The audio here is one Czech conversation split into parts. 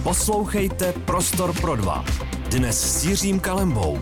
Poslouchejte Prostor pro dva. Dnes s Jiřím Kalembou.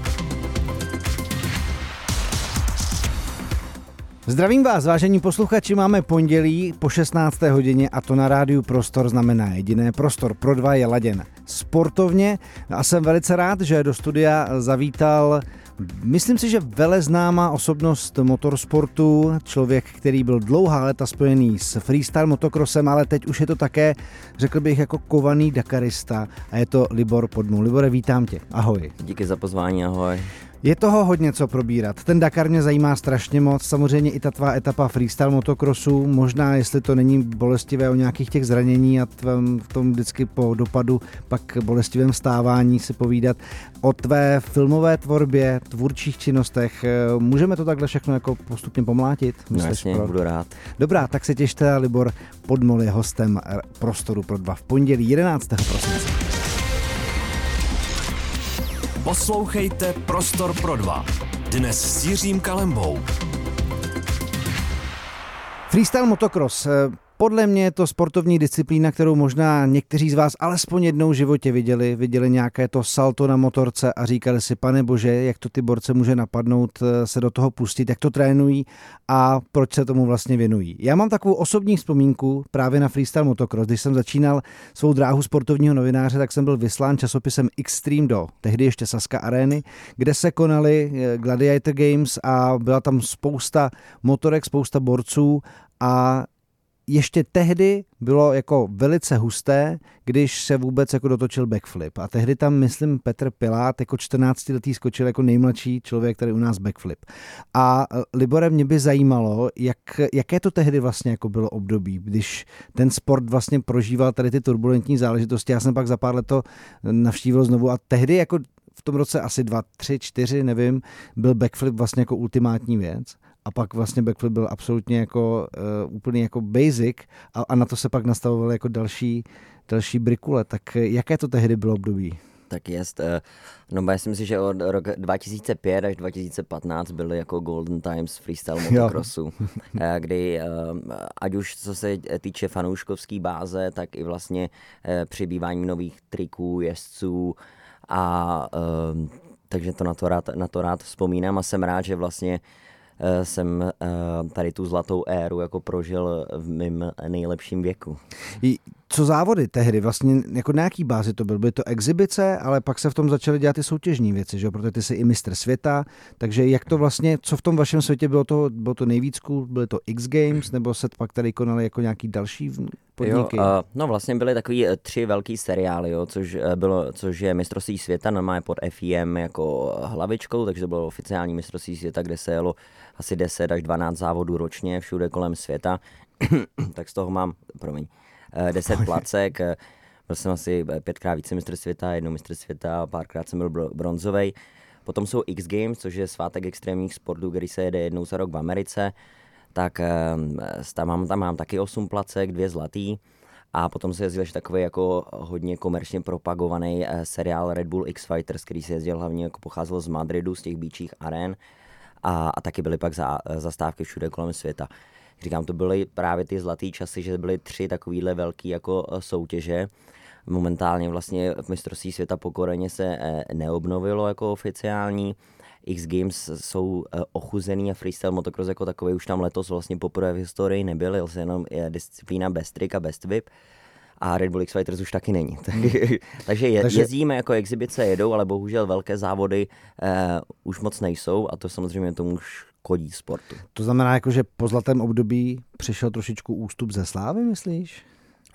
Zdravím vás, vážení posluchači, máme pondělí po 16. hodině a to na rádiu Prostor znamená jediné. Prostor pro dva je laděn sportovně a jsem velice rád, že do studia zavítal, myslím si, že veleznámá osobnost motorsportu, člověk, který byl dlouhá léta spojený s freestyle motocrossem, ale teď už je to také, řekl bych, jako kovaný dakarista a je to Libor Podmul. Libore, vítám tě, ahoj. Díky za pozvání, ahoj. Je toho hodně co probírat. Ten Dakar mě zajímá strašně moc, samozřejmě i ta tvá etapa freestyle motocrossu, možná jestli to není bolestivé o nějakých těch zranění a v tom vždycky po dopadu pak bolestivém vstávání si povídat o tvé filmové tvorbě, tvůrčích činnostech. Můžeme to takhle všechno jako postupně pomlátit? No jasně, budu rád. Dobrá, tak se těšte, Libor Podmul je hostem Prostoru pro dva v pondělí 11. prosince. Poslouchejte Prostor pro dva. Dnes s Jiřím Kalembou. Freestyle motocross. Podle mě je to sportovní disciplína, kterou možná někteří z vás alespoň jednou v životě viděli nějaké to salto na motorce a říkali si, pane bože, jak to ty borce může napadnout se do toho pustit, jak to trénují a proč se tomu vlastně věnují. Já mám takovou osobní vzpomínku právě na freestyle motocross. Když jsem začínal svou dráhu sportovního novináře, tak jsem byl vyslán časopisem Extreme do tehdy ještě Sazka Areny, kde se konaly Gladiator Games a byla tam spousta motorek, spousta borců a ještě tehdy bylo jako velice husté, když se vůbec jako dotočil backflip. A tehdy tam, myslím, Petr Pilát jako 14letý skočil jako nejmladší člověk, který u nás backflip. A Libore, mě by zajímalo, jaké to tehdy vlastně jako bylo období, když ten sport vlastně prožíval tady ty turbulentní záležitosti. Já jsem pak za pár let to navštívil znovu a tehdy jako v tom roce asi 2, 3, 4, nevím, byl backflip vlastně jako ultimátní věc. A pak vlastně backflip byl absolutně jako úplně jako basic a na to se pak nastavovaly jako další brikule. Tak jaké to tehdy bylo období? Tak jest. No myslím si, že od roku 2005 až 2015 byly jako golden times freestyle motocrossu, kdy ať už co se týče fanouškovské báze, tak i vlastně přibývání nových triků, jezdců a takže to na to rád vzpomínám a jsem rád, že vlastně jsem tady tu zlatou éru jako prožil v mém nejlepším věku. Co závody tehdy? Vlastně jako na jaký bázi to byl? Byly to exibice, ale pak se v tom začaly dělat ty soutěžní věci, že jo? Protože ty jsi i mistr světa, takže jak to vlastně, co v tom vašem světě bylo to nejvíc cool? Byly to X Games, nebo se pak tady konaly jako nějaký další podniky? No vlastně byly takový 3 velký seriály, jo, což je mistrovství světa, normálně pod FIM jako hlavičkou, takže to bylo oficiální mistrovství světa, kde se jelo asi 10 až 12 závodů ročně všude kolem světa, tak z toho mám, 10 placek, byl jsem asi 5krát více mistr světa, jednou mistr světa, párkrát jsem byl bronzovej. Potom jsou X Games, což je svátek extrémních sportů, který se jede jednou za rok v Americe, tak tam mám taky 8 placek, 2 zlatý. A potom se jezdil ještě takový jako hodně komerčně propagovaný seriál Red Bull X Fighters, který se jezdil hlavně, jako pocházel z Madridu, z těch býčích aren a taky byly pak zastávky všude kolem světa. Říkám, to byly právě ty zlatý časy, že byly 3 takovýhle velký jako soutěže. Momentálně vlastně v mistrovství světa po Koreně se neobnovilo jako oficiální. X Games jsou ochuzený a freestyle motocross jako takový už tam letos vlastně poprvé v historii nebyl, jel se jenom disciplína best trick a best whip a Red Bull X Fighters už taky není. Takže jezdíme jako exibice, jedou, ale bohužel velké závody už moc nejsou a to samozřejmě tomu už kodí sportu. To znamená, jako, že po zlatém období přišel trošičku ústup ze slávy, myslíš?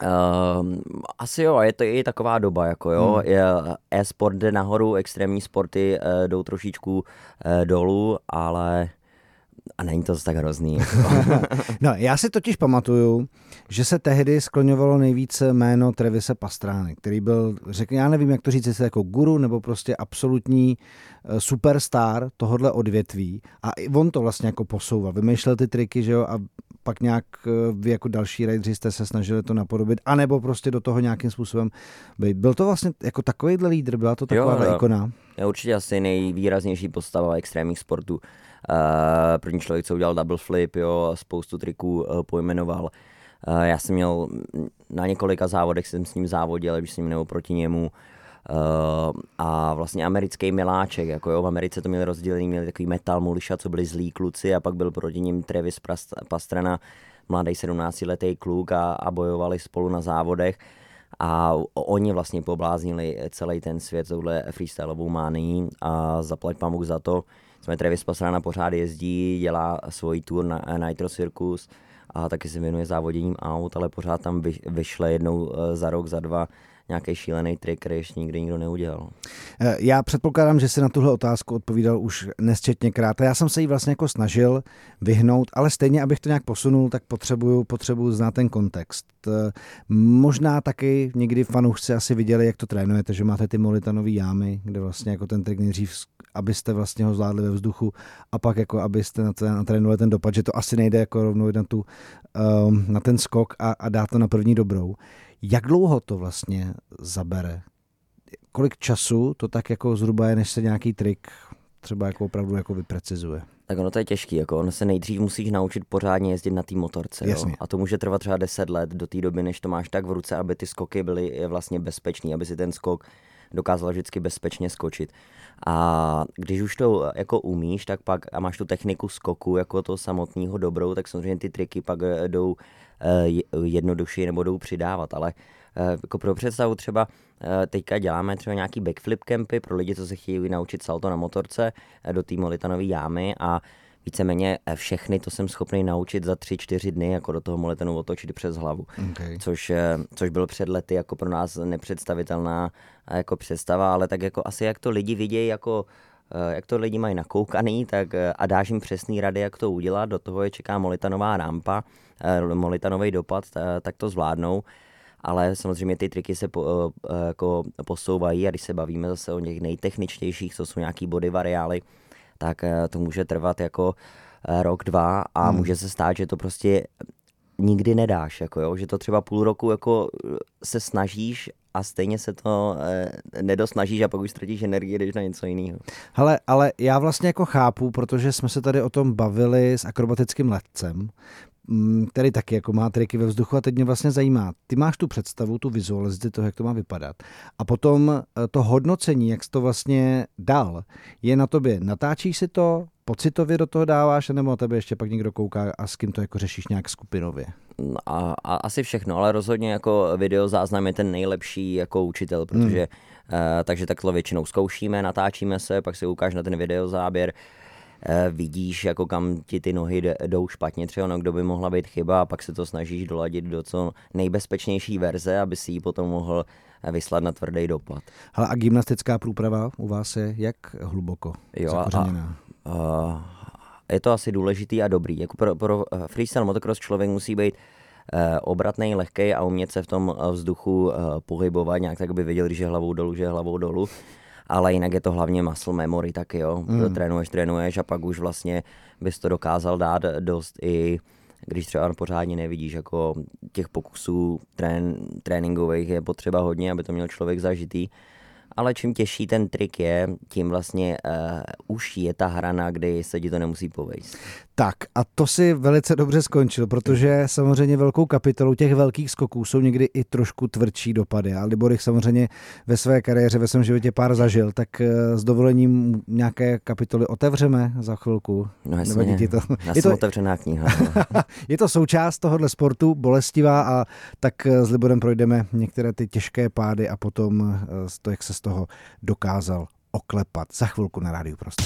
Asi jo, je to i taková doba, jako jo, e-sport jde nahoru, extrémní sporty jdou trošičku dolů, ale a není to tak hrozný. Jako. No, já si totiž pamatuju, že se tehdy skloňovalo nejvíce jméno Trevise Pastrány, který byl, já nevím, jak to říct, jestli jako guru nebo prostě absolutní superstar tohodle odvětví a on to vlastně jako posouval, vymýšlel ty triky, že jo, a pak nějak vy jako další rajdři jste se snažili to napodobit, anebo prostě do toho nějakým způsobem být. Byl to vlastně jako takovýhle lídr, byla to taková ikona? Je určitě asi nejvýraznější postava extrémních sportů. První člověk, co udělal double flip, jo, spoustu triků pojmenoval. Já jsem měl na několika závodech jsem s ním závodil, když jsem nebo proti němu. A vlastně americký miláček, jako jo, v Americe to měli rozdělený, měli takový Metal Muliša, co byli zlí kluci a pak byl proti ním Travis Pastrana, mladý 17letý kluk a bojovali spolu na závodech a oni vlastně pobláznili celý ten svět touhle freestyleovou mánií a zaplať pamuk za to. Travis Pastrana pořád jezdí, dělá svůj tour na Nitro Circus a taky se věnuje závoděním aut, ale pořád tam vyšle jednou za rok, za dva nějaký šílený trik, který ještě nikdy nikdo neudělal. Já předpokládám, že si na tuhle otázku odpovídal už nesčetněkrát. Já jsem se jí vlastně jako snažil vyhnout, ale stejně, abych to nějak posunul, tak potřebuju znát ten kontext. Možná taky někdy fanoušci asi viděli, jak to trénujete, že máte ty molitanový jámy, kde vlastně jako ten trik nejdřív, abyste vlastně ho zvládli ve vzduchu a pak jako abyste natrénovali ten dopad, že to asi nejde jako rovnou na ten skok a dát to na první dobrou. Jak dlouho to vlastně zabere? Kolik času to tak jako zhruba je, než se nějaký trik třeba jako opravdu jako vyprecizuje? Tak ono to je těžký, jako ono se nejdřív musíš naučit pořádně jezdit na té motorce. Jo? A to může trvat třeba 10 let do té doby, než to máš tak v ruce, aby ty skoky byly vlastně bezpečný, aby si ten skok dokázal vždycky bezpečně skočit. A když už to jako umíš, tak pak a máš tu techniku skoku jako to samotného dobrou, tak samozřejmě ty triky pak jdou jednodušší nebo jdou přidávat, ale jako pro představu třeba teďka děláme třeba nějaký backflip campy pro lidi, co se chtějí naučit salto na motorce do té Molitanové jámy a víceméně všechny to jsem schopný naučit za 3-4 dny, jako do toho Molitanu otočit přes hlavu. Okay. Což byl před lety jako pro nás nepředstavitelná jako představa, ale tak jako asi jak to lidi vidějí, jako jak to lidi mají nakoukaný, tak a dáš jim přesný rady, jak to udělat, do toho je čeká molitanová rampa, molitanový dopad, tak to zvládnou. Ale samozřejmě ty triky se jako posouvají a když se bavíme zase o těch nejtechničtějších, co jsou nějaký body variály, tak to může trvat jako rok, 2 a může se stát, že to prostě nikdy nedáš, jako jo? Že to třeba půl roku jako se snažíš a stejně se to nedosnažíš a pak už ztratíš energii, jdeš na něco jiného. Hele, ale já vlastně jako chápu, protože jsme se tady o tom bavili s akrobatickým letcem, který taky jako má triky ve vzduchu a teď mě vlastně zajímá. Ty máš tu představu, tu vizualizaci toho, jak to má vypadat. A potom to hodnocení, jak jsi to vlastně dal, je na tobě. Natáčíš si to, pocitově do toho dáváš, nebo na tebe ještě pak někdo kouká a s kým to jako řešíš nějak skupinově? A asi všechno, ale rozhodně jako videozáznam je ten nejlepší jako učitel, protože takže takhle většinou zkoušíme, natáčíme se, pak se ukáž na ten videozáběr, vidíš, jako kam ti ty nohy jdou špatně, třeba no, kdo by mohla být chyba a pak se to snažíš doladit do co nejbezpečnější verze, aby si ji potom mohl vyslat na tvrdý dopad. Hele, a gymnastická průprava u vás je jak hluboko zakořeněná? Je to asi důležitý a dobrý. Jako pro freestyle motocross člověk musí být obratnej, lehkej a umět se v tom vzduchu pohybovat nějak tak, aby věděl, když je hlavou dolů, že je hlavou dolů. Ale jinak je to hlavně muscle memory taky, jo. Trénuješ a pak už vlastně bys to dokázal dát dost i když třeba pořádně nevidíš, jako těch pokusů tréninkových je potřeba hodně, aby to měl člověk zažitý. Ale čím těžší ten trik je, tím vlastně užší je ta hrana, kdy se ti to nemusí povejít. Tak a to si velice dobře skončil, protože samozřejmě velkou kapitolou těch velkých skoků jsou někdy i trošku tvrdší dopady. A Libor jich samozřejmě ve své kariéře, ve svém životě pár zažil, tak s dovolením nějaké kapitoly otevřeme za chvilku. No jasně, já jsem otevřená kniha. Je to součást tohohle sportu, bolestivá a tak s Liborem projdeme některé ty těžké pády a potom to, jak se z toho dokázal oklepat. Za chvilku na Rádiu Prostor.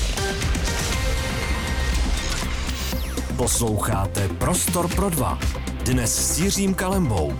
Posloucháte Prostor pro dva. Dnes s Jiřím Kalembou.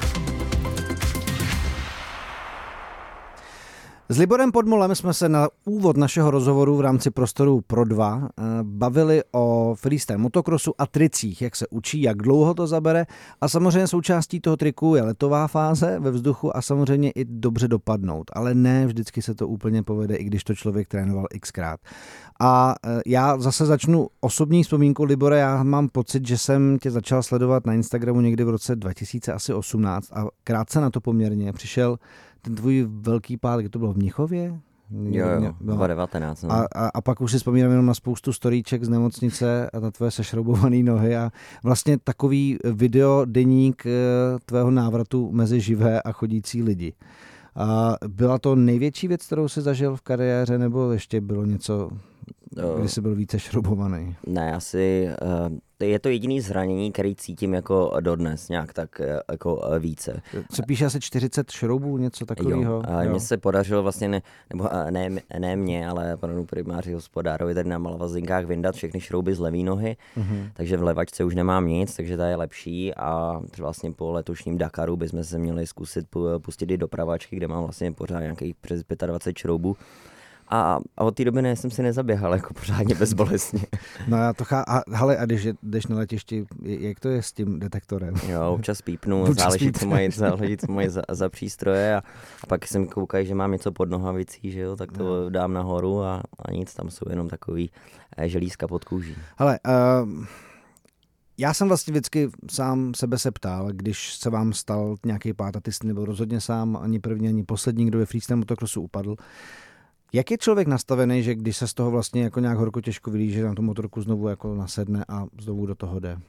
S Liborem Podmolem jsme se na úvod našeho rozhovoru v rámci Prostoru pro dva bavili o freestyle motocrossu a tricích, jak se učí, jak dlouho to zabere a samozřejmě součástí toho triku je letová fáze ve vzduchu a samozřejmě i dobře dopadnout, ale ne vždycky se to úplně povede, i když to člověk trénoval xkrát. A já zase začnu osobní vzpomínku, Libore, já mám pocit, že jsem tě začal sledovat na Instagramu někdy v roce 2018 a krátce na to poměrně přišel ten tvůj velký pád, kde to bylo v Mnichově? Jo, 2019. No. A pak už si vzpomínám jenom na spoustu storíček z nemocnice a na tvoje sešroubované nohy a vlastně takový videodeník tvého návratu mezi živé a chodící lidi. A byla to největší věc, kterou jsi zažil v kariéře, nebo ještě bylo něco, kdy jsi byl více šroubovaný? Ne, asi je to jediný zranění, který cítím jako dodnes, nějak tak jako více. Se píše asi 40 šroubů, něco takového? Mně se podařilo vlastně, ne mě, ale panu primáři hospodárovi tady na Malvazinkách vyndat všechny šrouby z levý nohy, takže v levačce už nemám nic, takže ta je lepší a vlastně po letošním Dakaru bychom se měli zkusit pustit i do pravačky, kde mám vlastně pořád nějakých přes 25 šroubů. A od té doby jsem si nezaběhal jako pořádně bezbolestně. No já to hele, a když jdeš na letišti, jak to je s tím detektorem? Jo, občas pípnu, záleží, co mají za přístroje a pak jsem koukal, že mám něco pod nohavicí, že jo, tak to dám nahoru a nic, tam jsou jenom takový želízka pod kůží. Hele, já jsem vlastně vždycky sám sebe se ptal, když se vám stal nějaký pád a ty jsi nebyl rozhodně sám, ani první, ani poslední, kdo ve freestyle motocrossu upadl. Jak je člověk nastavený, že když se z toho vlastně jako nějak horko těžko vylíže, na tu motorku znovu jako nasedne a znovu do toho jde?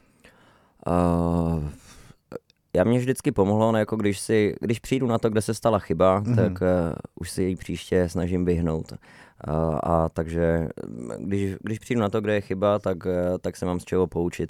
Já mě vždycky pomohlo, no jako když přijdu na to, kde se stala chyba, tak už si ji příště snažím vyhnout. A takže když přijdu na to, kde je chyba, tak se mám z čeho poučit.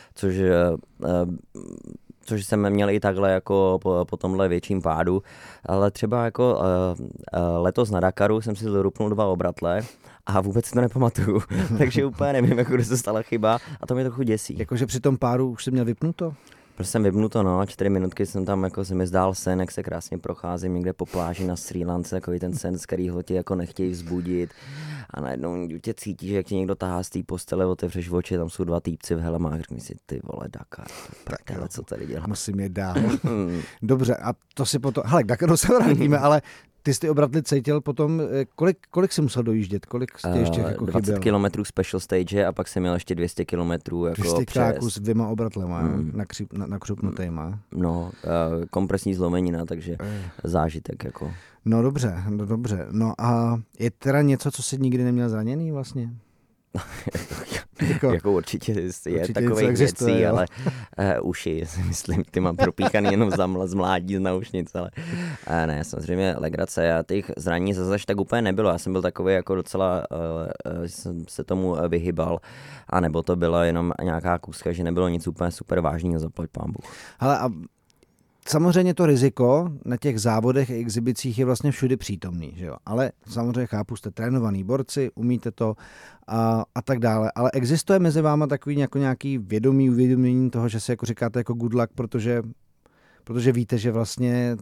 Což jsem měl i takhle jako po tomhle větším pádu, ale třeba jako letos na Dakaru jsem si zrupnul 2 obratle a vůbec si to nepamatuju, takže úplně nevím, jako kde se stala chyba a to mě trochu děsí. Jakože při tom pádu už jsi měl vypnuto? Prostě jsem vypnuto, no, 4 minutky jsem tam, jako se mi zdál sen, jak se krásně procházím někde po pláži na Srí Lance, takový ten sen, z kterýho ti jako nechtějí vzbudit a najednou tě cítíš, jak tě někdo tahá z té postele, otevřeš oči, tam jsou 2 týpci v helmách, řekni si, ty vole, Dakar, prdele, co tady dělá. Musím je dál. Dobře, a to si potom, hele, k Dakaru se vrátíme, ale ty jsi ty obratly cítil potom, kolik jsi musel dojíždět, kolik jsi ještě jako 20 kilometrů special stage a pak jsem měl ještě 200 kilometrů jako 200 kráků s 2 obratlema, nakřupnutejma. No, kompresní zlomenina, takže zážitek jako. No dobře. No a je teda něco, co jsi nikdy neměl zraněný vlastně? Jako určitě je takových věcí, ale uši, si myslím, ty mám propíchaný jenom z mládí z naušnic, ale ne, samozřejmě legrace a těch zranění zase tak úplně nebylo, já jsem byl takový jako docela, jsem se tomu vyhybal, a nebo to byla jenom nějaká kůzka, že nebylo nic úplně super vážného, zaplať pán Bůh. Hele, a samozřejmě to riziko na těch závodech a exhibicích je vlastně všude přítomný, že jo? Ale samozřejmě chápu, jste trénovaný borci, umíte to a tak dále. Ale existuje mezi váma takový jako nějaký uvědomění toho, že si jako říkáte jako good luck, protože víte, že vlastně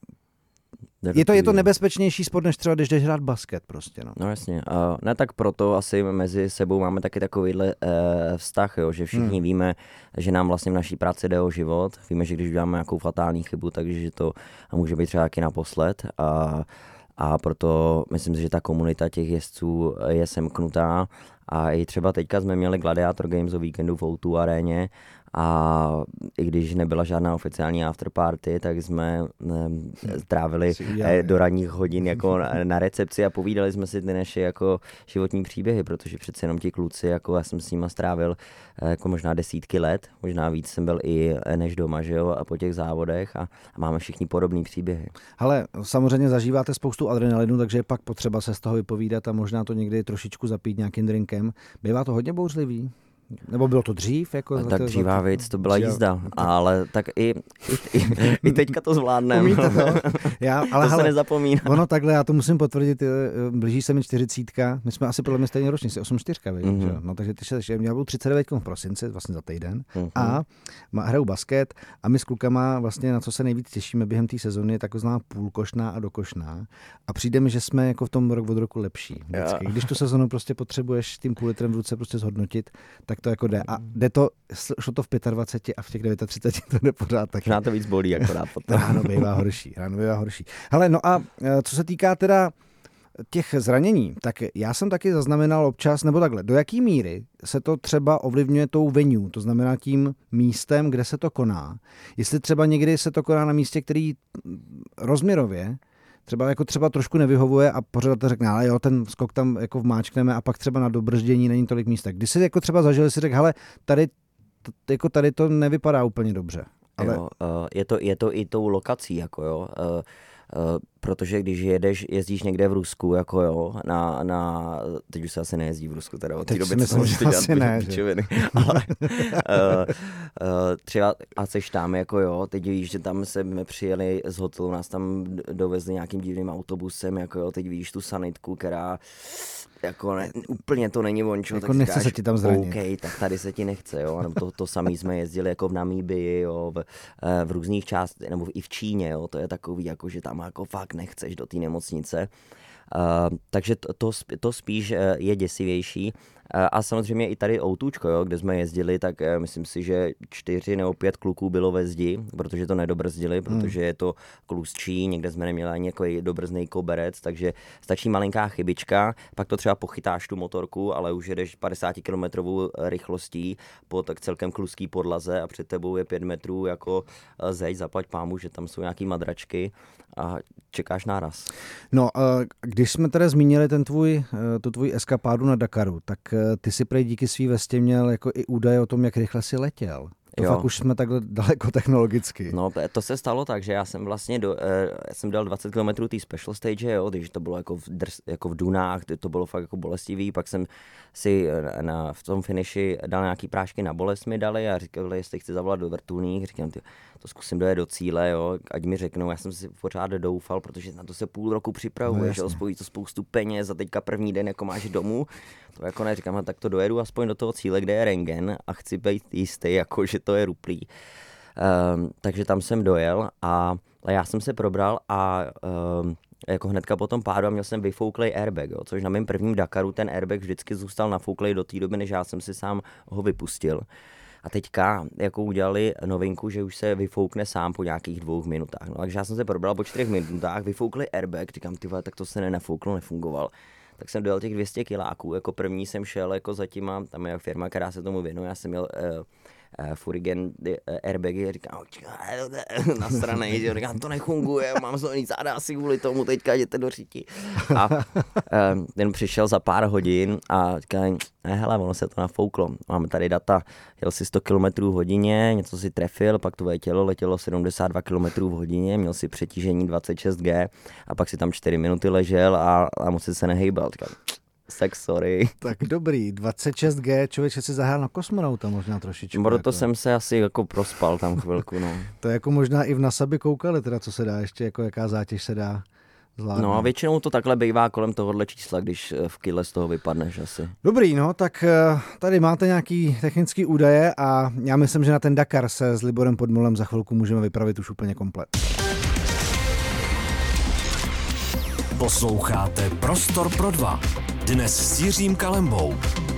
je to nebezpečnější sport, než třeba když jdeš hrát basket prostě. No jasně. Ne, tak proto asi mezi sebou máme taky takovýhle vztah, jo, že všichni víme, že nám vlastně v naší práci jde o život. Víme, že když uděláme nějakou fatální chybu, takže to může být třeba taky naposled. A proto myslím si, že ta komunita těch jezdců je semknutá. A i třeba teďka jsme měli Gladiator Games o víkendu v O2 aréně a i když nebyla žádná oficiální afterparty, tak jsme trávili do ranních hodin jako na recepci a povídali jsme si ty naše jako životní příběhy, protože přece jenom ti kluci, jako já jsem s nima strávil jako možná desítky let, možná víc jsem byl i než doma, že jo, a po těch závodech a máme všichni podobný příběhy. Ale samozřejmě zažíváte spoustu adrenalinu, takže je pak potřeba se z toho vypovídat a možná to někdy trošičku zapít nějakým drinkem. Bývá to hodně bouřlivý? Nebo bylo to dřív? Jako tak dřívá věc, to byla jízda, ale tak i teďka to zvládneme. Umíte to? Ale to se nezapomíná. Ono takhle, já to musím potvrdit, blíží se mi 40, my jsme asi podle mě stejně ročníci, 84, no takže já budu 39 v prosinci, vlastně za týden, a hraju basket a my s klukama vlastně na co se nejvíc těšíme během té sezony je taková půlkošná a dokošná a přijde mi, že jsme jako v tom rok od roku lepší. Vždycky. Když tu sezonu prostě potřebuješ tím půl litrem v ruce prostě zhodnotit, tak to jako jde. A jde to, šlo to v 25 a v těch 39 to jde pořád tak. Možná to víc bolí akorát potom. Ráno bývá horší. Hele, no a co se týká teda těch zranění, tak já jsem taky zaznamenal občas, nebo takhle, do jaký míry se to třeba ovlivňuje tou venue, to znamená tím místem, kde se to koná. Jestli třeba někdy se to koná na místě, který rozměrově třeba trošku nevyhovuje a pořadatel řekne, ale jo, ten skok tam jako vmáčkneme a pak třeba na dobrždění není tolik místa. Když si jako třeba zažili, si řekl, hele, tady to nevypadá úplně dobře. Ale... Jo, je to i tou lokací, jako jo. Protože když jezdíš někde v Rusku, jako jo, teď už se asi nejezdí v Rusku, teda od té doby, myslím, že asi ne, ale třeba a seš tam, jako jo, teď víš, že tam jsme přijeli z hotelu, nás tam dovezli nějakým divným autobusem, jako jo, teď vidíš tu sanitku, která jako úplně to není vončo, jako tak nechce říkáš, se ti tam zranit. OK, tak tady se ti nechce, jo, nebo to samý jsme jezdili jako v Namíbii, jo, v různých částech, nebo i v Číně, jo, to je takový, jako že tam jako fakt nechceš do té nemocnice. Takže to spíš je děsivější. A samozřejmě i tady Outůčko, jo, kde jsme jezdili, tak myslím si, že 4 nebo 5 kluků bylo ve zdi, protože to nedobrzdili, protože je to kluzčí, někde jsme neměli ani jako dobrznej koberec, takže stačí malinká chybička, pak to třeba pochytáš tu motorku, ale už jedeš 50 km rychlostí po tak celkem kluzký podlaze a před tebou je 5 metrů jako zeď, zaplať pámu, že tam jsou nějaký madračky a čekáš náraz. No, když jsme teda zmínili tu tvůj eskapádu na Dakaru, tak ty si prej díky svý vestě měl jako i údaje o tom, jak rychle si letěl. To fakt už jsme takhle daleko technologicky. No, to se stalo tak, že já jsem vlastně jsem dal 20 km té special stage, jo, když to bylo jako v dunách, to bylo fakt jako bolestivý, pak jsem si v tom finiši dal nějaký prášky na bolest mi dali a říkali, jestli chci zavolat do vrtulník, říkám, to zkusím dojet do cíle, jo, ať mi řeknou, já jsem si pořád doufal, protože na to se půl roku připravuješ, jo, spojí to spoustu peněz a teďka první den jako máš domů, to jako neříkám, tak to dojedu aspoň do toho cíle, kde je rentgen a chci být jistý, jako že to je ruplý. Takže tam jsem dojel a já jsem se probral a jako hnedka po tom pádu a měl jsem vyfouklej airbag, jo, což na mém prvním Dakaru ten airbag vždycky zůstal nafouklej do té doby, než já jsem si sám ho vypustil. A teďka jako udělali novinku, že už se vyfoukne sám po nějakých 2 minutách. No, takže já jsem se probral po 4 minutách, vyfoukli airbag, říkám, ty vole, tak to se nenafouklo, nefungoval. Tak jsem dojel těch 200 kiláků, jako první jsem šel jako zatím, tam je firma, která se tomu věnuje, já jsem měl Furigen airbagy, říkám, na straně, že říkám, to nefunguje, mám zlomený záda asi kvůli tomu, teďka jděte do řiti. A ten přišel za pár hodin a říkám, hele, ono se to nafouklo, máme tady data, jel si 100 km v hodině, něco si trefil, pak tvoje tělo letělo 72 km v hodině, měl si přetížení 26G a pak si tam 4 minuty ležel a moc se nehejbal. Říkám, tak sorry. Tak dobrý, 26G, člověče si zahrál na kosmonauta možná trošičku. Proto jako. jsem se asi jako prospal tam chvilku, no. To je jako možná i v NASA by koukali, teda co se dá ještě, jako jaká zátěž se dá zvládnout. No a většinou to takhle bývá kolem tohohle čísla, když v kile z toho vypadneš asi. Dobrý, no tak tady máte nějaký technický údaje a já myslím, že na ten Dakar se s Liborem Podmolem za chvilku můžeme vypravit už úplně komplet. Posloucháte Prostor pro dva. Dnes s Jiřím Kalembou.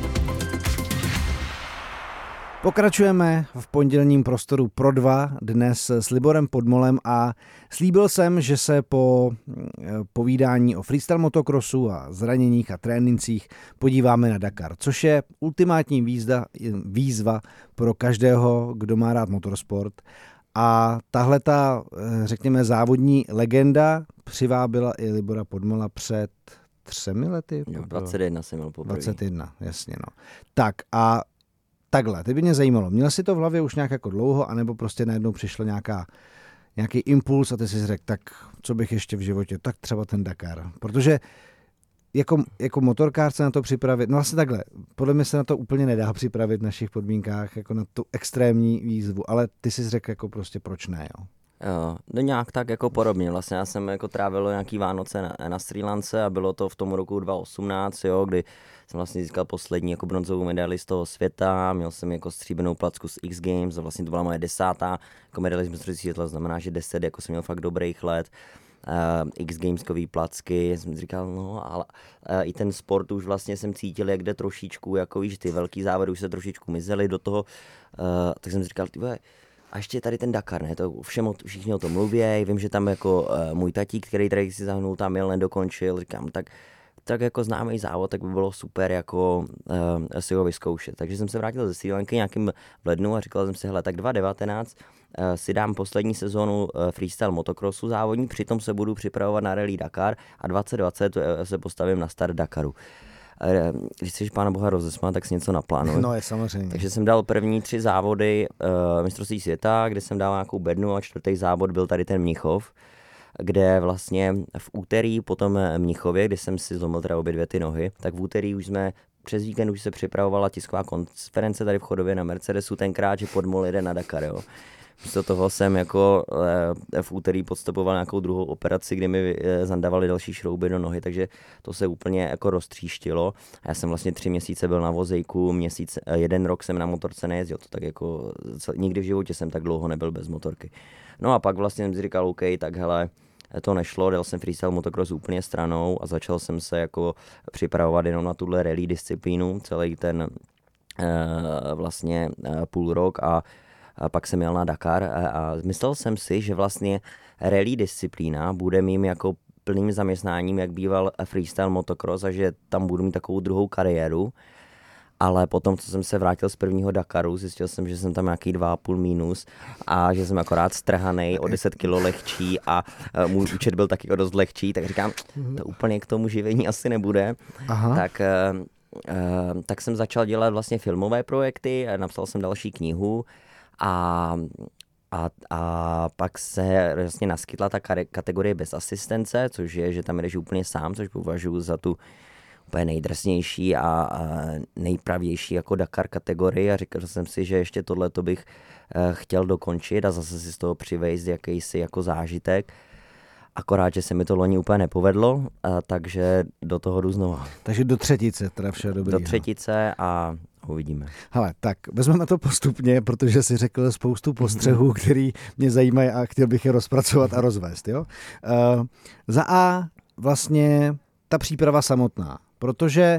Pokračujeme v pondělním Prostoru pro dva, dnes s Liborem Podmolem a slíbil jsem, že se po povídání o freestyle motocrossu a zraněních a trénincích podíváme na Dakar, což je ultimátní výzva pro každého, kdo má rád motorsport. A tahle ta, řekněme, závodní legenda přivábila i Libora Podmola před 3 lety. Jo, 21 jsem měl poprvé. 21, jasně, no. Tak a takhle, ty by mě zajímalo, měl jsi to v hlavě už nějak jako dlouho, anebo prostě najednou přišlo nějaký impuls a ty jsi řekl, tak co bych ještě v životě, tak třeba ten Dakar. Protože jako motorkář se na to připravit, no vlastně takhle, podle mě se na to úplně nedá připravit v našich podmínkách, jako na tu extrémní výzvu, ale ty jsi řekl jako prostě proč ne, jo? Jo, no nějak tak jako podobně. Vlastně já jsem jako trávil nějaký Vánoce na Srí Lance a bylo to v tom roku 2018, jo, kdy jsem vlastně získal poslední jako bronzovou medaili z toho světa, měl jsem jako stříbrnou placku z X Games a vlastně to byla moje 10. jako medaile z mistrovství světa, znamená, že 10 jako jsem měl fakt dobrých let. X Gameskový placky, jsem říkal, no ale i ten sport už vlastně jsem cítil, jak jde trošičku, jako víš, ty velký závody už se trošičku mizely do toho, tak jsem říkal, a ještě tady ten Dakar, ne, to všichni o tom mluví, vím, že tam jako můj tatík, který tady si zahnul, tam jel, nedokončil, říkám, tak jako známý závod, tak by bylo super jako si ho vyzkoušet. Takže jsem se vrátil ze Srí Lanky nějakým v lednu a říkal jsem si, hele, tak 2019 si dám poslední sezónu freestyle motocrossu závodní, přitom se budu připravovat na Rally Dakar a 2020 se postavím na start Dakaru. Když chceš Pána Boha rozesmát, tak si něco naplánuj. No je samozřejmě. Takže jsem dal první 3 závody mistrovství světa, kde jsem dal nějakou bednu a 4. závod byl tady ten Mnichov, kde vlastně v úterý potom Mnichově, kde jsem si zlomil teda obě 2 ty nohy, tak v úterý už jsme přes víkend už se připravovala tisková konference tady v Chodově na Mercedesu, tenkrát, že Podmol jede na Dakar, jo. Místo toho jsem jako v úterý podstupoval nějakou druhou operaci, kdy mi zandávali další šrouby do nohy, takže to se úplně jako roztříštilo. A já jsem vlastně 3 měsíce byl na vozejku, 1 rok jsem na motorce nejezdil, to tak jako nikdy v životě jsem tak dlouho nebyl bez motorky. No a pak vlastně jsem si říkal, OK, tak hele, to nešlo, dal jsem freestyle motocross úplně stranou a začal jsem se jako připravovat jenom na tuhle rally disciplínu, celý ten vlastně půl rok a pak jsem jel na Dakar a myslel jsem si, že vlastně rally disciplína bude mým jako plným zaměstnáním, jak býval freestyle motocross a že tam budu mít takovou druhou kariéru. Ale potom, co jsem se vrátil z prvního Dakaru, zjistil jsem, že jsem tam nějaký 2,5 mínus a že jsem akorát strhanej o 10 kilo lehčí a můj účet byl taky o dost lehčí, tak říkám, to úplně k tomu živení asi nebude. Aha. Tak jsem začal dělat vlastně filmové projekty, napsal jsem další knihu a pak se vlastně naskytla ta kategorie bez asistence, což je, že tam jdeš úplně sám, což považuji za tu úplně nejdrsnější a nejpravější jako Dakar kategorii a říkal jsem si, že ještě tohleto bych chtěl dokončit a zase si z toho přivést jakýsi jako zážitek. Akorát, že se mi to loni úplně nepovedlo, takže do toho jdu znova. Takže do třetice teda vše dobrý. Do třetice a uvidíme. Hele, tak vezmeme to postupně, protože jsi řekl spoustu postřehů, který mě zajímají a chtěl bych je rozpracovat a rozvést. Jo? Za A vlastně ta příprava samotná, protože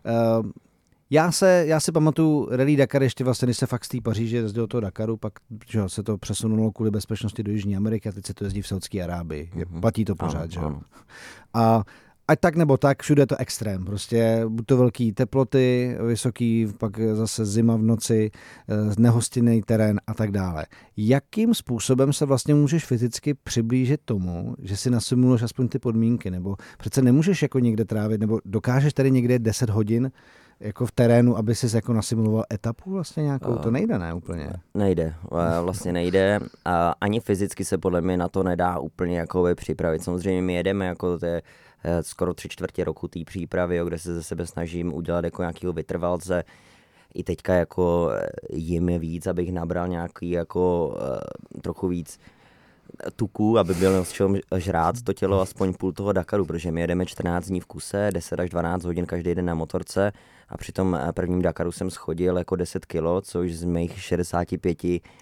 já si pamatuju Rally Dakar ještě vlastně, když se fakt z té Paříže jezdil do toho Dakaru, pak že se to přesunulo kvůli bezpečnosti do Jižní Ameriky a teď se to jezdí v Saudské Arábii. Platí to pořád, že jo? A ať tak nebo tak, všude je to extrém. Prostě buď to velký teploty, vysoký, pak zase zima v noci, nehostinný terén a tak dále. Jakým způsobem se vlastně můžeš fyzicky přiblížit tomu, že si nasimuluješ aspoň ty podmínky? Nebo přece nemůžeš jako někde trávit, nebo dokážeš tady někde 10 hodin jako v terénu, aby jsi jako nasimuloval etapu vlastně nějakou? To nejde, ne úplně? Nejde, vlastně nejde. A ani fyzicky se podle mě na to nedá úplně jako připravit. Samozřejmě my jedeme jako skoro 3/4 roku té přípravy, kde se ze sebe snažím udělat jako nějakého vytrvalce. I teďka jako jim víc, abych nabral nějaký jako trochu víc tuku, aby byl z čeho žrát to tělo aspoň půl toho Dakaru, protože my jedeme 14 dní v kuse, 10 až 12 hodin každý den na motorce a při tom prvním Dakaru jsem schodil jako 10 kilo, což z mých 65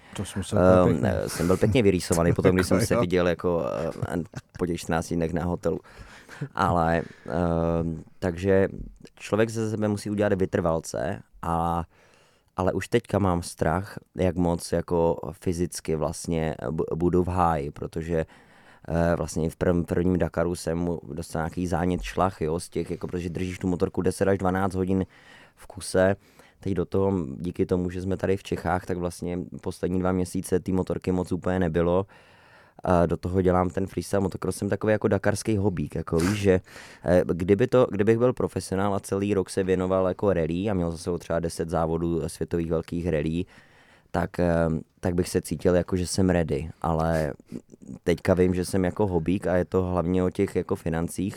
jsem byl pěkně vyrýsovaný, potom když jsem se viděl jako po těch 14 dnech na hotelu. Ale takže člověk ze sebe musí udělat vytrvalce, ale už teďka mám strach, jak moc jako fyzicky vlastně budu v háji, protože vlastně v prvním Dakaru jsem dostal nějaký zánět šlach, jo, z těch, jako protože držíš tu motorku 10 až 12 hodin v kuse. Teď do toho, díky tomu, že jsme tady v Čechách, tak vlastně poslední 2 měsíce ty motorky moc úplně nebylo. A do toho dělám ten freestyle motocross, jsem takový jako dakarský hobík, jako víš, že kdybych byl profesionál a celý rok se věnoval jako rally a měl zase třeba 10 závodů světových velkých rally, tak bych se cítil jako, že jsem ready, ale teďka vím, že jsem jako hobík a je to hlavně o těch jako financích,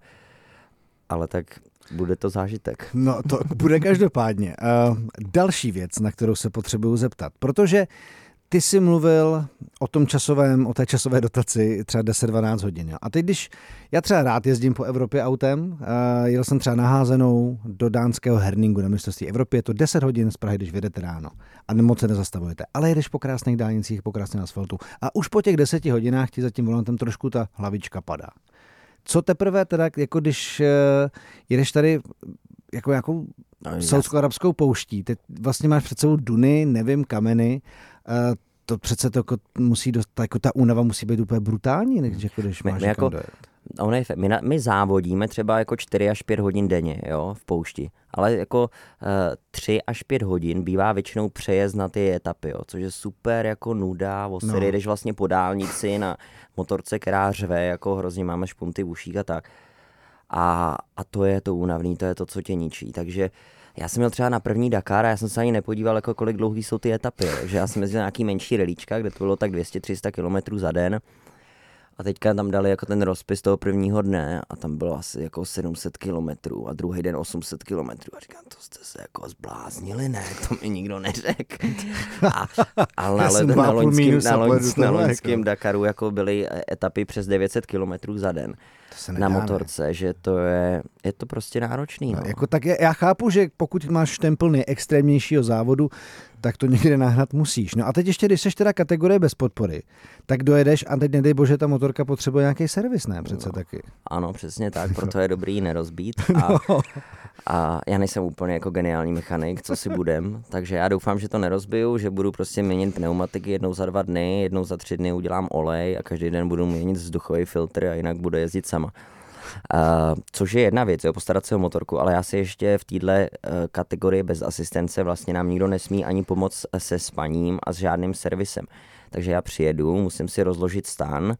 ale tak bude to zážitek. No to bude každopádně. Další věc, na kterou se potřebuju zeptat, protože ty jsi mluvil o té časové dotaci třeba 10-12 hodin. Jo? A teď, když já třeba rád jezdím po Evropě autem, jel jsem třeba na Házenou do dánského Herningu na mistrovství Evropy, je to 10 hodin z Prahy, když vyjedete ráno a moc se nezastavujete, ale jedeš po krásných dálnicích, po krásném asfaltu a už po těch 10 hodinách ti za tím volantem trošku ta hlavička padá. Co teprve teda, jako když jedeš tady jako nějakou saudsko-arabskou pouští, teď vlastně máš před sebou duny, nevím, kameny, to přece to musí jako ta únava musí být úplně brutální, než jako když máš jako, my závodíme třeba jako 4 až 5 hodin denně, jo, v poušti, ale jako 3 až 5 hodin bývá většinou přejezd na ty etapy, jo, což je super jako nuda, jdeš vlastně po dálnici na motorce, která řve, jako hrozně máme špunty v uších a tak. A to je to únavný, to je to, co tě ničí, takže já jsem měl třeba na první Dakar a já jsem se ani nepodíval, jako kolik dlouhý jsou ty etapy, že já jsem jezdil nějaký menší relíčka, kde to bylo tak 200-300 kilometrů za den. A teďka tam dali jako ten rozpis toho prvního dne a tam bylo asi jako 700 kilometrů a druhý den 800 kilometrů. A říkám, to jste se jako zbláznili, ne, to mi nikdo neřekl. Ale na loňském Dakaru jako byly etapy přes 900 kilometrů za den na motorce, že je to prostě náročný. No. Jako tak já chápu, že pokud máš štempl nejextrémnějšího závodu, tak to někde nahnat musíš. No a teď ještě, když seš teda kategorie bez podpory, tak dojedeš a teď nedej bože, ta motorka potřebuje nějaký servis, ne? Přece taky. Ano, přesně tak, proto je dobrý ji nerozbít. A já nejsem úplně jako geniální mechanik, co si budem, takže já doufám, že to nerozbiju, že budu prostě měnit pneumatiky jednou za 2 dny, jednou za 3 dny udělám olej a každý den budu měnit vzduchový filtr a jinak budu jezdit sama. Což je jedna věc, postarat se o motorku, ale já si ještě v této kategorii bez asistence vlastně nám nikdo nesmí ani pomoct se spaním a s žádným servisem. Takže já přijedu, musím si rozložit stan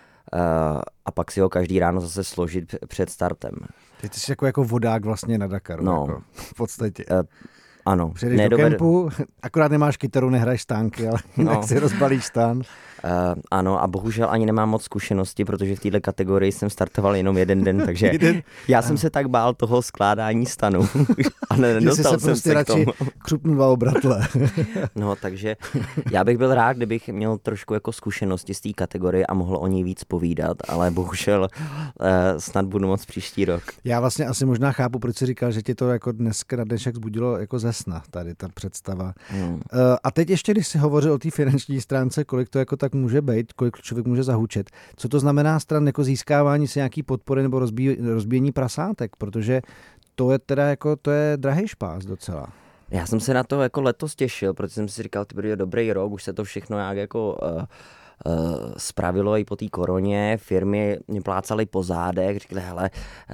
a pak si ho každý ráno zase složit před startem. Ty jsi jako vodák vlastně na Dakaru, no, jako v podstatě. Ano. Přijedeš do kempu, akorát nemáš kytaru, nehraješ stánky, ale jinak si rozbalíš stan. Ano, a bohužel ani nemám moc zkušenosti, protože v této kategorii jsem startoval jenom 1 den, takže já jsem se tak bál toho skládání stanu, ale nedostal jsem se k tomu. Křupnu 2 obratle. No, takže já bych byl rád, kdybych měl trošku jako zkušenosti z té kategorie a mohl o ní víc povídat, ale bohužel snad budu moc příští rok. Já vlastně asi možná chápu, proč jsi říkal, že tě to jako dneska na dnešek zbudilo jako ze sna, tady ta představa. A teď ještě, když jsi hovořil o té finanční stránce, kolik to jako tak může být, kolik člověk může zahučet. Co to znamená stran jako získávání si nějaký podpory nebo rozbíjení prasátek, protože to je teda jako, to je drahý špás docela. Já jsem se na to jako letos těšil, protože jsem si říkal, ty bude dobrý rok, už se to všechno nějak jako spravilo i po té koroně, firmy mě plácaly po zádech, říkali, hele,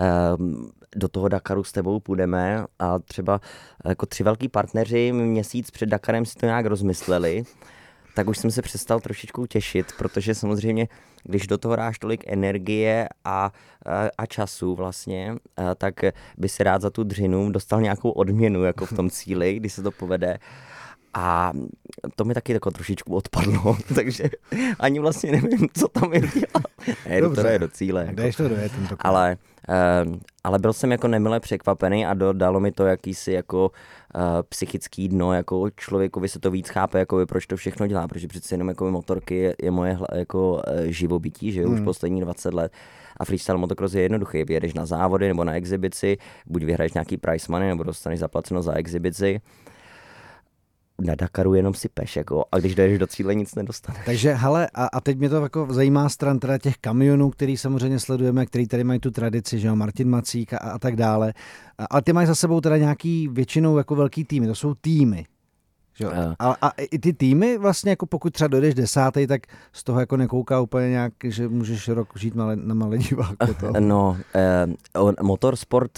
do toho Dakaru s tebou půjdeme a třeba jako 3 velký partneři měsíc před Dakarem si to nějak rozmysleli, tak už jsem se přestal trošičku těšit, protože samozřejmě, když do toho dáš tolik energie a času vlastně, tak by si rád za tu dřinu dostal nějakou odměnu jako v tom cíli, když se to povede. A to mi taky jako trošičku odpadlo, takže ani vlastně nevím, co tam je dělat. To je do cíle. Jako. To dojet, ale byl jsem jako nemile překvapený a dalo mi to jakýsi jako psychický dno, jako člověkovi se to víc chápe, jako proč to všechno dělá, protože přece jenom jako motorky je moje jako živobytí, že už poslední 20 let. A freestyle motocross je jednoduchý, vyjedeš na závody nebo na exibici, buď vyhraješ nějaký prize money, nebo dostaneš zaplaceno za exibici. Na Dakaru jenom sypeš, jako, a když dojedeš do cíle, nic nedostaneš. Takže hele, a teď mě to jako zajímá stran teda těch kamionů, který samozřejmě sledujeme, který tady mají tu tradici, že jo, Martin Macík a tak dále. Ale ty mají za sebou teda nějaký většinou jako velký týmy, to jsou týmy. A i ty týmy vlastně, jako pokud třeba dojdeš 10., tak z toho jako nekouká úplně nějak, že můžeš rok žít na malé diváku. No, motorsport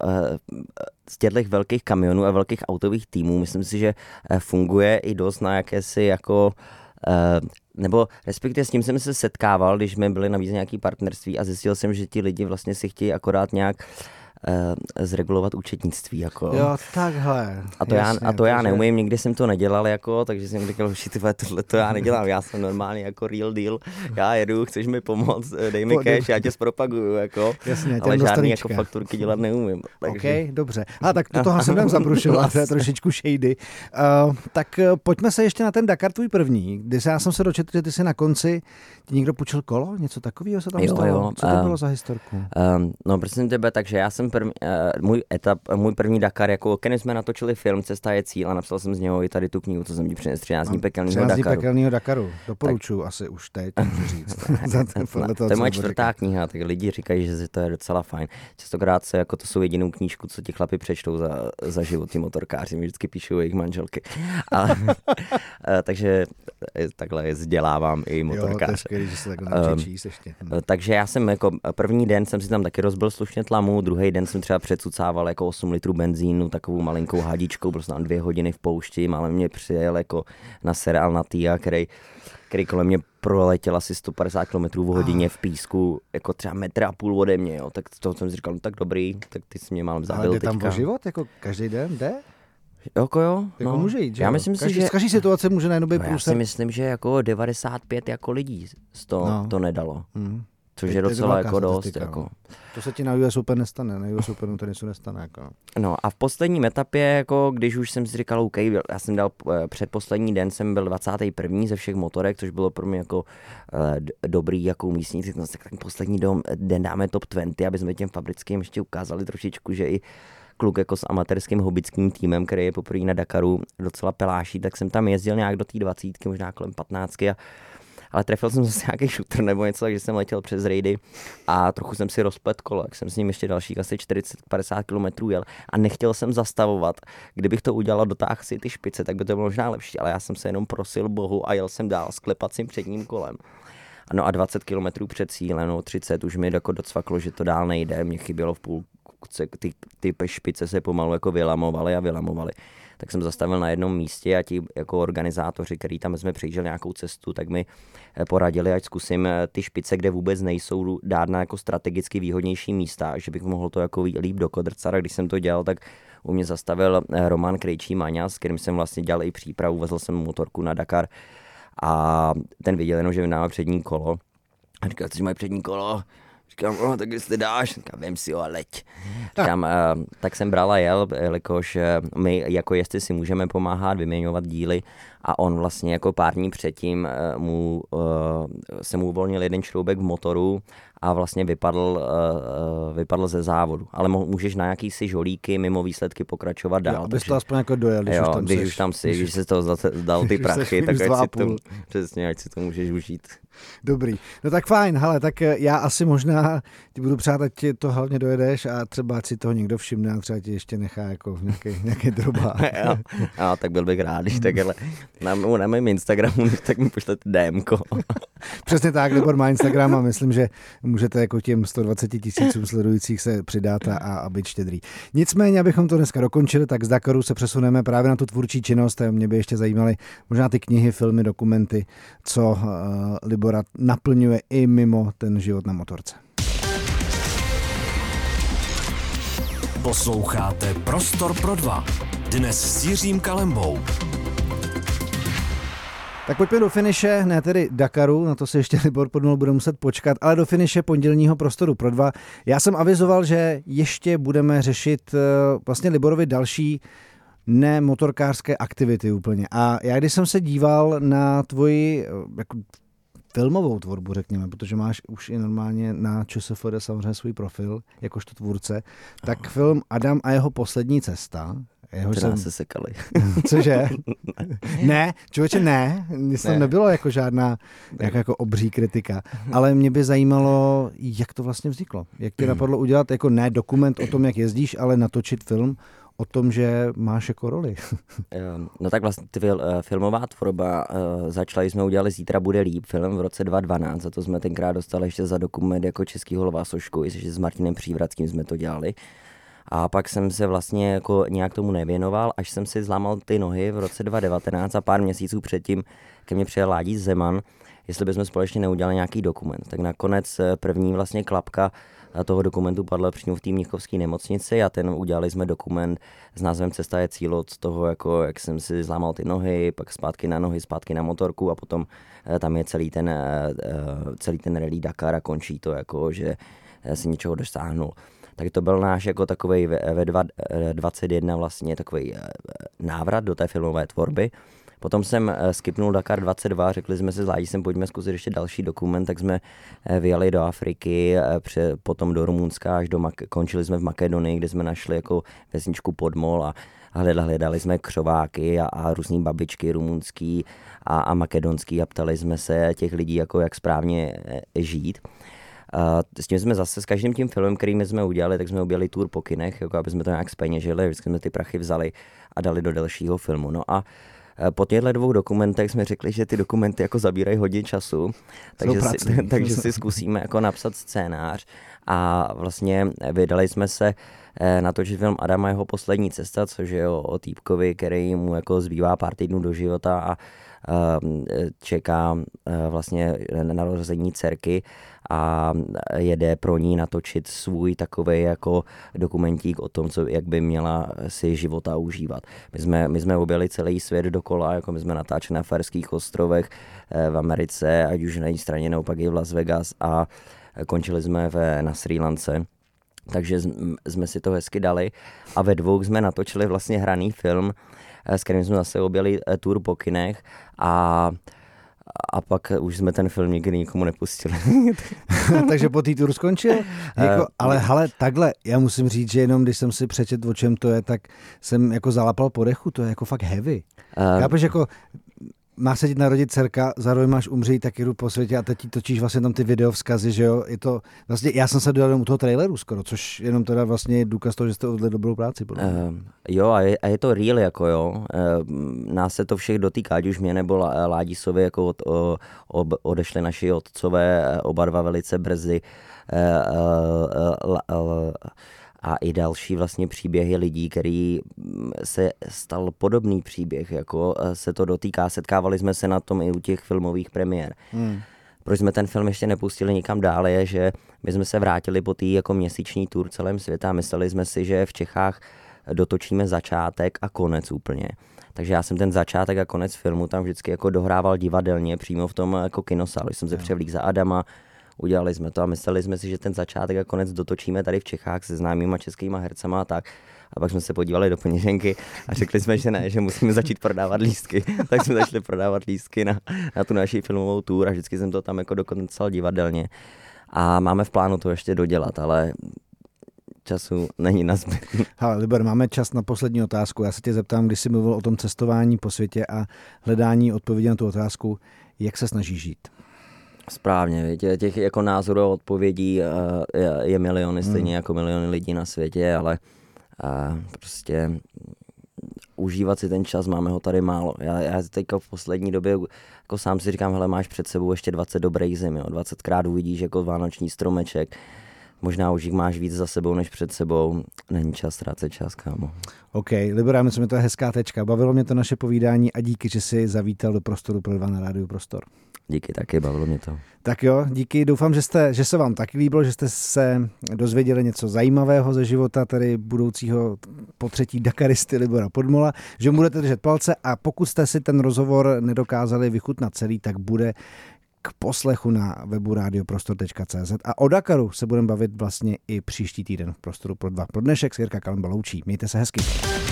z těchto velkých kamionů a velkých autových týmů, myslím si, že funguje i dost na jakési jako nebo respektive s tím jsem se setkával, když jsme byli na víc nějaký partnerství a zjistil jsem, že ti lidi vlastně si chtějí akorát nějak zregulovat účetnictví. Jako. Jo, takhle. A to já neumím, nikdy jsem to nedělal, jako, takže jsem říkal, že tohle to já nedělám, já jsem normálně jako real deal, já jedu, chceš mi pomoct, dej mi cash, já tě zpropaguju, jako, jasně, ale žádný jako fakturky dělat neumím. Takže. Ok, dobře. Tak do toho jsem tam zabrušoval, to je trošičku shady. Tak pojďme se ještě na ten Dakar tvůj první, kdy já jsem se dočetl, že ty si na konci, ti někdo půjčil kolo, něco takového se tam stalo? Co to bylo za historku? No, prosím tebe, takže já jsem můj první Dakar, jako když jsme natočili film Cesta je cíl a napsal jsem z něho i tady tu knihu, co jsem ti přinesl, 13 dní pekelného Dakaru. 13 dní pekelného Dakaru, doporučuji asi už teď, můžu říct. To je moje čtvrtá kniha, tak lidi říkají, že to je docela fajn. Častokrát se jako to jsou jedinou knížku, co ti chlapi přečtou za život, ty motorkáři, mi vždycky píšou jejich manželky. Takže takhle vzdělávám i motorkáře. Jo, to je skvělý, že se takhle číst ještě. Takže já jsem jako první den jsem si tam taky rozbil slušně tlamu, druhý den jsem třeba předsucával jako 8 litrů benzínu takovou malinkou hadičkou, byl jsem tam 2 hodiny v poušti, málem mě přijel jako na seriál na Tia, který kolem mě proletěl asi 150 km v hodině v písku, jako třeba 1,5 m ode mě, jo. Tak toho jsem si říkal, no tak dobrý, tak ty jsi mě málem zabil. Ale jde tam o život, jako každý den jde? Jako jo, jako může jít, že já myslím si, že... Z každé situace může najednou být průser. Já si myslím, že jako 95 jako lidí to nedalo. Což je docela jako dost. Jako. To se ti na US Open nestane, na US Openu tenisu nestane. Jako. No a v poslední etapě, jako když už jsem si říkal, OK, já jsem dal předposlední den, jsem byl 21. ze všech motorek, což bylo pro mě jako dobrý jako umístit. No, tak poslední den dáme top 20, aby jsme těm fabrickým ještě ukázali trošičku, že i kluk jako s amatérským hobbickým týmem, který je poprvé na Dakaru docela peláší, tak jsem tam jezdil nějak do té 20, možná kolem 15. Ale trefil jsem zase nějaký šutr nebo něco, takže jsem letěl přes rejdy a trochu jsem si rozplet kolo, jak jsem s ním ještě dalších asi 40-50 km jel a nechtěl jsem zastavovat. Kdybych to udělal, dotáhl si ty špice, tak by to bylo možná lepší, ale já jsem se jenom prosil Bohu a jel jsem dál s klepacím předním kolem. No a 20 km před cílem, no 30, už mi jako docvaklo, že to dál nejde, mě chybělo v půlce, ty špice se pomalu jako vylamovaly. Tak jsem zastavil na jednom místě a ti jako organizátoři, který tam jsme přejížděli nějakou cestu, tak mi poradili, ať zkusím ty špice, kde vůbec nejsou, dát na jako strategicky výhodnější místa, že bych mohl to jako líp dokodrcat. A když jsem to dělal, tak u mě zastavil Roman Krejčí Maňa, s kterým jsem vlastně dělal i přípravu, vezl jsem motorku na Dakar a ten viděl jenom, že vydává přední kolo. A říkal, co mají přední kolo? Říkám, tak jestli dáš, říkám, vem si ho a leď. Říkám, tak jsem bral a jel, jelikož my jako jezdci si můžeme pomáhat, vyměňovat díly a on vlastně jako pár dní předtím se mu uvolnil jeden šroubek v motoru a vlastně vypadl ze závodu. Ale můžeš na jakýsi žolíky mimo výsledky pokračovat dál. Jo, abys to aspoň jako dojel, když se to dal ty prachy, tak ať si to můžeš užít. Dobrý. No tak fajn, hele, tak já asi možná ti budu přát, ať ti to hlavně dojedeš a třeba ať si toho někdo všimne a třeba ti ještě nechá jako nějaký drobák. Jo, tak byl bych rád, když takhle na mém Instagramu, tak mi pošlete DMko. Přesně tak, Libor má Instagram a myslím, že můžete jako těm 120 000 sledujících se přidat a být štědrý. Nicméně, abychom to dneska dokončili, tak z Dakaru se přesuneme právě na tu tvůrčí činnost. Mě by ještě zajímaly možná ty knihy, filmy, dokumenty, co Libora naplňuje i mimo ten život na motorce. Posloucháte Prostor pro dva. Dnes s Jiřím Kalembou. Tak pojďme do finiše, ne tedy Dakaru, na to se ještě Libor Podmol bude muset počkat, ale do finiše pondělního Prostoru pro dva. Já jsem avizoval, že ještě budeme řešit vlastně Liborovi další nemotorkářské aktivity úplně. A já když jsem se díval na tvoji jako filmovou tvorbu, řekněme, protože máš už i normálně na ČSFD samozřejmě svůj profil, jakožto tvůrce, tak film Adam a jeho poslední cesta. Se sekali. Cože? Ne, člověče, ne. Nic tam nebylo jako žádná jako obří kritika. Ale mě by zajímalo, jak to vlastně vzniklo. Jak ti napadlo udělat jako ne dokument o tom, jak jezdíš, ale natočit film o tom, že máš jako roli. No tak vlastně filmová tvorba, začali jsme udělali Zítra bude líp, film v roce 2012, za to jsme tenkrát dostali ještě za dokument jako Českýho lva sošku, ještě s Martinem Přívratským jsme to dělali. A pak jsem se vlastně jako nějak tomu nevěnoval, až jsem si zlámal ty nohy v roce 2019 a pár měsíců předtím ke mně přijel Láďa Zeman, jestli bychom společně neudělali nějaký dokument. Tak nakonec první vlastně klapka toho dokumentu padla přímo v té mnichovské nemocnici a udělali jsme dokument s názvem Cesta je cíl, od toho, jako, jak jsem si zlámal ty nohy, pak zpátky na nohy, zpátky na motorku a potom tam je celý ten rally Dakar a končí to, jako, že si něčeho dosáhnul. Tak to byl náš jako takovej ve 2021 vlastně takovej návrat do té filmové tvorby. Potom jsem skipnul Dakar 22, řekli jsme si s Láďisem, pojďme zkusit ještě další dokument, tak jsme vyjeli do Afriky, potom do Rumunska, až končili jsme v Makedonii, kde jsme našli jako vesničku Podmol a hledali jsme křováky a různý babičky rumunský a makedonský a ptali jsme se těch lidí, jako jak správně žít. S tím jsme zase s každým tím filmem, který my jsme udělali, tak jsme udělali tour po kinech, jako aby jsme to nějak zpeněžili, vždycky jsme ty prachy vzali a dali do dalšího filmu. No a po těchto 2 dokumentech jsme řekli, že ty dokumenty jako zabírají hodně času, takže si zkusíme jako napsat scénář a vlastně vydali jsme se natočit film Adama jeho poslední cesta, což je o týpkovi, který mu jako zbývá pár týdnů do života a čeká vlastně narození dcerky a jede pro ní natočit svůj takovej jako dokumentík o tom, jak by měla si života užívat. My jsme objeli celý svět dokola, jako my jsme natáčeli na Faerských ostrovech v Americe, ať už na její straně, nebo pak i v Las Vegas a končili jsme na Srí Lance. Takže jsme si to hezky dali a ve 2 jsme natočili vlastně hraný film, s kterým jsme zase objeli tour po kinech a pak už jsme ten film nikdy nikomu nepustili. Takže po té tour skončil? Ale hele, takhle, já musím říct, že jenom když jsem si přečetl, o čem to je, tak jsem jako zalapal po dechu, to je jako fakt heavy. Chápeš, jako má se ti narodit dcerka, zároveň máš umřít, tak jdu po světě a teď ti točíš vlastně tam ty videovzkazy, že jo, je to, vlastně já jsem se dojel u toho traileru skoro, což jenom teda vlastně je důkaz toho, že jste odvedli dobrou práci. Jo, a je to real, jako jo, nás se to všech dotýká, ať už mě nebo Ládisovi, jako odešli naši otcové, oba dva velice brzy, a i další vlastně příběhy lidí, který se stal podobný příběh, jako se to dotýká. Setkávali jsme se na tom i u těch filmových premiér. Proč jsme ten film ještě nepustili nikam dál, je, že my jsme se vrátili po té jako měsíční tour celém světa a mysleli jsme si, že v Čechách dotočíme začátek a konec úplně. Takže já jsem ten začátek a konec filmu tam vždycky jako dohrával divadelně přímo v tom jako kinosálu. Jsem se převlík za Adama, udělali jsme to a mysleli jsme si, že ten začátek a konec dotočíme tady v Čechách se známýma českýma hercema a tak. A pak jsme se podívali do peněženky a řekli jsme, že ne, že musíme začít prodávat lístky. Tak jsme začali prodávat lístky na tu naši filmovou tour a vždycky jsem to tam jako dokoncal divadelně. A máme v plánu to ještě dodělat, ale času není nazbyt. Liber, máme čas na poslední otázku. Já se tě zeptám, když jsi mluvil o tom cestování po světě a hledání odpovědi na tu otázku, jak se snažíš žít? Správně, víte, těch jako názorů a odpovědí je miliony, stejně jako miliony lidí na světě, ale prostě užívat si ten čas, máme ho tady málo. Já teďka v poslední době jako sám si říkám, hele, máš před sebou ještě 20 dobrých zim, jo, 20krát uvidíš jako vánoční stromeček, možná už jich máš víc za sebou než před sebou, není čas ztrácet čas, kámo. OK, Libor, myslím, že to je hezká tečka. Bavilo mě to naše povídání a díky, že jsi zavítal do Prostoru pro dva na Rádiu Prostor. Díky taky, bavilo mě to. Tak jo, díky, doufám, že se vám taky líbilo, že jste se dozvěděli něco zajímavého ze života tady budoucího potřetí Dakaristy Libora Podmola, že mu budete držet palce a pokud jste si ten rozhovor nedokázali vychutnat celý, tak bude k poslechu na webu radioprostor.cz a o Dakaru se budeme bavit vlastně i příští týden v Prostoru pro dva. Pro dnešek se Jirka Kalemba loučí. Mějte se hezky.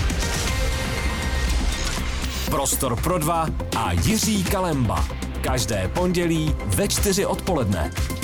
Prostor pro dva a Jiří Kalemba. Každé pondělí ve 4 odpoledne.